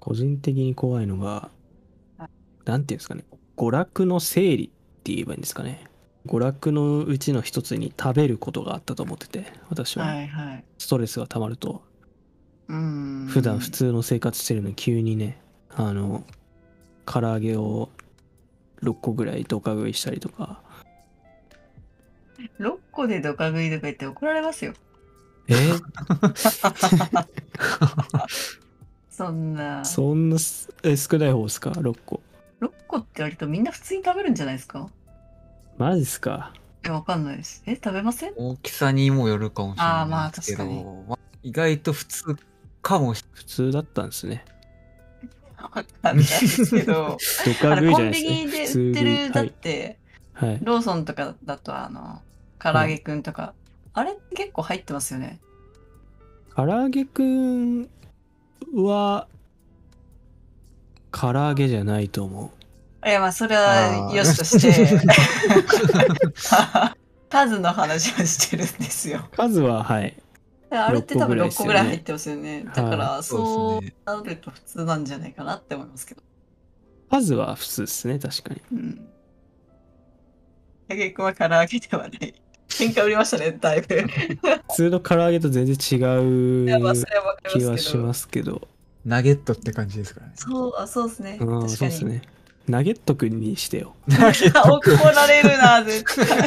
個人的に怖いのが、 はなんていうんですかね、娯楽の整理って言えばいいんですかね。娯楽のうちの一つに食べることがあったと思ってて、私は。 いはい。 ストレスが溜まると、 うー普段普ん。 通の生活してるのに急にね、唐揚げを6個ぐらいドカ食いしたりとか。 6個でドカ食いとか言って怒られますよ。 えそんな。 そんな少ない方ですか？ 6 個。 6個って割とみんな普通に食べるんじゃないですか？ マジっすか？ いや、わかんないです。食べません？ 大きさにもよるかもしれああー、まあないですけ確かに。 ど、まあ、意外と普通かもし普通だったんですね。 わかんないですけど、 ドカ食いコンビじゃないですね。 ニで売っ普通食い。 てる、だっはい。 て、 はい。 ローソンとかだと唐揚げはい。 くんとか、あれって結構入ってますよね。 唐揚げくんは、唐揚げじゃないと思う。 いや、まあ、それれはない。 良しとして、数の話をしてるんですよ。 数は、はい。6 あれって多分個ぐらいで 6個すよね。 ぐらい入ってますよね。だかはい。 ら、 そうですそうね。 なると普通なんじゃないかなって思いますけど。 数は普通ですね、確かに。 うん。たけくんは唐揚げではない。喧嘩売りましたね、だいぶ。い普通の唐揚げと全然や、まあ、 違うそれはわかりま気すけど。 はしますけど。 ナゲットって感じですからね。 そうですね。 うん、 確かに。 そうですね。ナゲットくんにしてよ。 ナゲットくん。 怒られるな、絶対。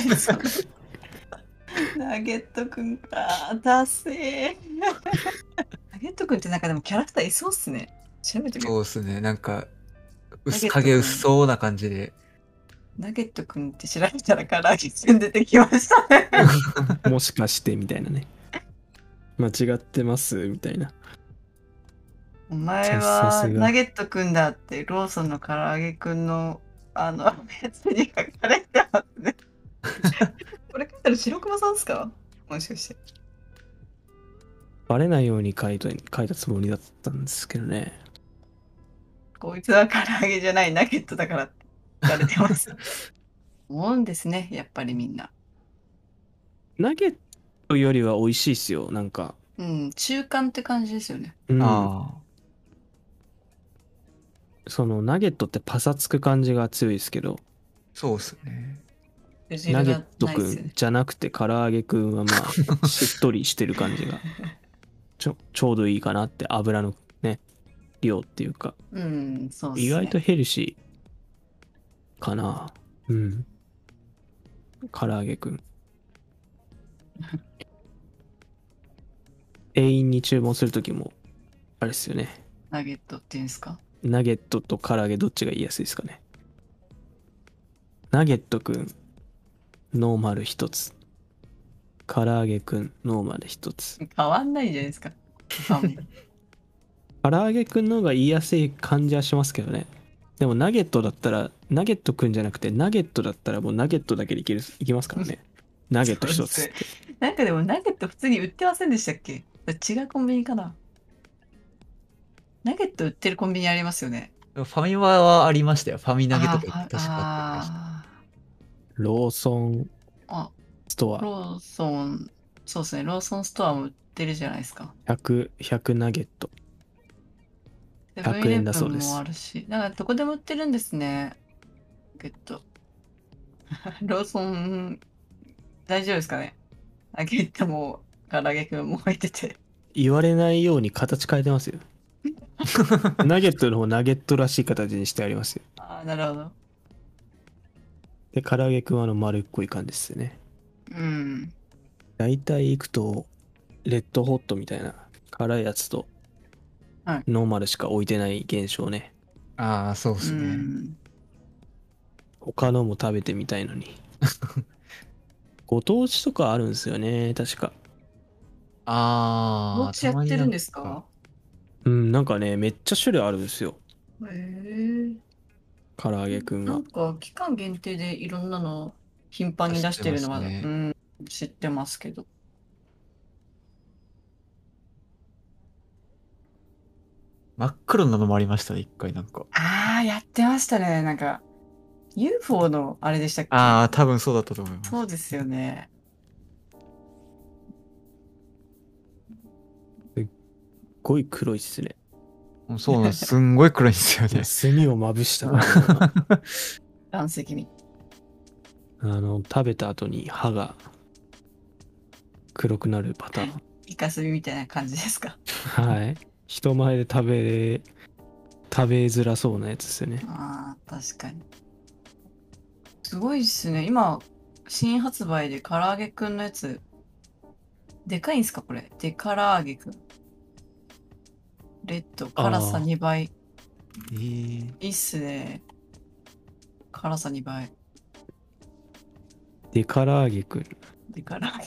ナゲットくんか。ダセー。ナゲットくんってなんかでもキャラクターいそうっすね。調べてみよそうですね。なんか、 う。ナゲット影くん。 薄そうな感じで。 ナゲットくんって調べたら唐揚げくん出てきましたね。 もしかしてみたいなね。間違ってますみたいな。 お前はさすが。 ナゲットくんだってローソンの唐揚げくんのやつに書かれてますね。これ書いたら白熊さんですか？もしかして。 バレないように書いたつもりだったんですけどね。 こいつは唐揚げじゃないナゲットだからって言われてます。思うんですね、やっぱりみんな。 ナゲットよりは美味しいっすよ、なんか。 うん、中間って感じですよね。 うん。 あそのナゲットってパサつく感じが強いですけど、 そうですね。 ナゲッ汁がトくんないですよね。 じゃなくて唐揚げくんはまあ、しっとりしてる感じがちょうどいいかなって、油のね、量っていうか、 うん、そうっ意外とすね。 ヘルシーかな。うん。唐揚げくん。永遠に注文するときも、あれですよね。 ナゲットっていうんですか？ ナゲットと唐揚げどっちが言いやすいですかね。ナゲットくん、ノーマル一つ。唐揚げくん、ノーマル一つ。 変わんないじゃないですか。あんまり。 唐揚げくんの方が言いやすい感じはしますけどね。でもナゲットだったら、ナゲットくんじゃなくて、ナゲットだったらもうナゲットだけでいきますからね。ナゲットそうですね。 一つって。 なんかでもナゲット普通に売ってませんでしたっけ？違うコンビニかな？ナゲット売ってるコンビニありますよね。 ファミマはありましたよ。ファミナゲとかあ確かあった気がしあ、 ローソンあ、 ストアローソン、そうですね。ローソンストアも売ってるじゃないですか。 100ナゲット。 セブンイ 100円だレブンもあそうです。 るし、なんかどこでも売ってるんですね。ナゲット。ローソン、大丈夫ですかね？ナゲットも、唐揚げくんも入ってて。 言われないように形変えてますよ。ナゲットの方ナゲットらしい形にしてありますよ。 ああ、なるほど。 で、唐揚げくんは丸っこい感じですよね。 うん。 大体行くと、レッドホットみたいな辛いやつとはい。 ノーマルしか置いてない現象ね。 ああ、そうでうすね。 ん。 他のも食べてみたいのに。ご当地とかあるんですよね、確か。 おああ、たまになん家やってるんですか、 か？ うん、なんかね、めっちゃ種類あるんですよ。 へえ。 唐揚げくんは。 なんか、期間限定でいろんなの頻繁に出出してましてるのは、 すね。 知ってますけど。 真っ黒なのもありましたね、一回なんか。 ああ、やってましたね。なんか、UFO のあれでしたっけ？ ああ、多分そうだったと思います。 そうですよね。 すっごい黒いっすね。 そうなんです。すんごい黒いんですよね。 炭をまぶしたから岩石み食べた後に歯が黒くなるパターン。 イカスミみたいな感じですか。 はい。人前で食べづらそうなやつですよね。 ああ、確かに。すごいっすね。今、新発売で唐揚げくんのやつ、でかいんすかこれ。で唐揚げくん。レッド、辛さあー 2倍。 えいいっすね。辛さ2倍。 で、唐揚げくん。 で唐揚げくん。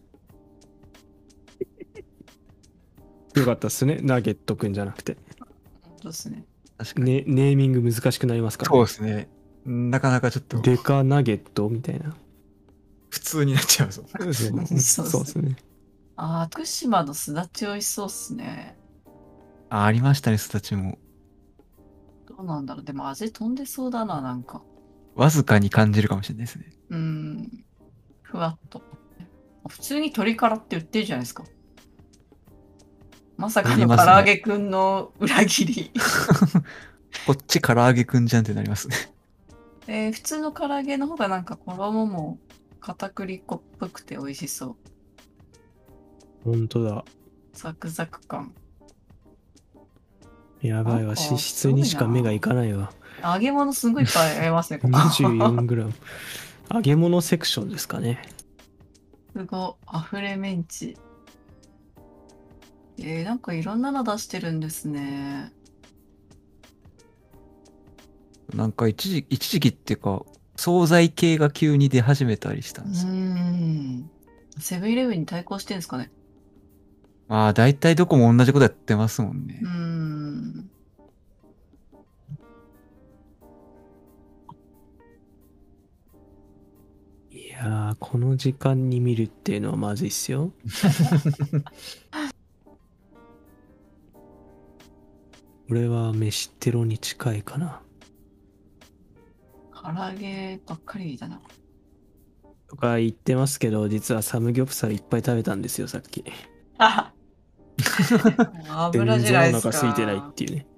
よかったっすね。ナゲットくんじゃなくて。 本当ですね。 確かに。 ネーミング難しくなりますからそうね。 ですね。なかなかちょっとデカナゲットみたいな。 普通になっちゃうぞ。 そうですね。 ああ、福島のすだち美味しそうっすね。 ありましたね、スタチも。 どうなんだろう。でも味飛んでそうだな、なんか。 わずかに感じるかもしれないですね。 ふわっと。普通に鶏辛って売ってるじゃないですか。まさかの唐言いますね揚げくんの裏切り。 こっち唐揚げくんじゃんってなりますね。 普通の唐揚げの方がなんか衣も片栗粉っぽくて美味しそう。 ほんとだ。 ザクザク感。 やばいわ。 なんか脂質にしか目がいかないわ。 揚げ物すごいいっぱいありますね、ここ。 24g。揚げ物セクションですかね。 すごい。溢れメンチ。なんかいろんなの出してるんですね。 なんか一時期っていうか、惣菜系が急に出始めたりしたんですよ。 セブンイレブンに対抗してんですかね。 まあ、大体どこも同じことやってますもんね。 いやー、この時間に見るっていうのはまずいっすよ。俺は飯テロに近いかな。 唐揚げばっかりだな。 とか言ってますけど、実はサムギョプサルいっぱい食べたんですよ、さっき。 油全然おじゃないですか。 腹空いてないっていうね。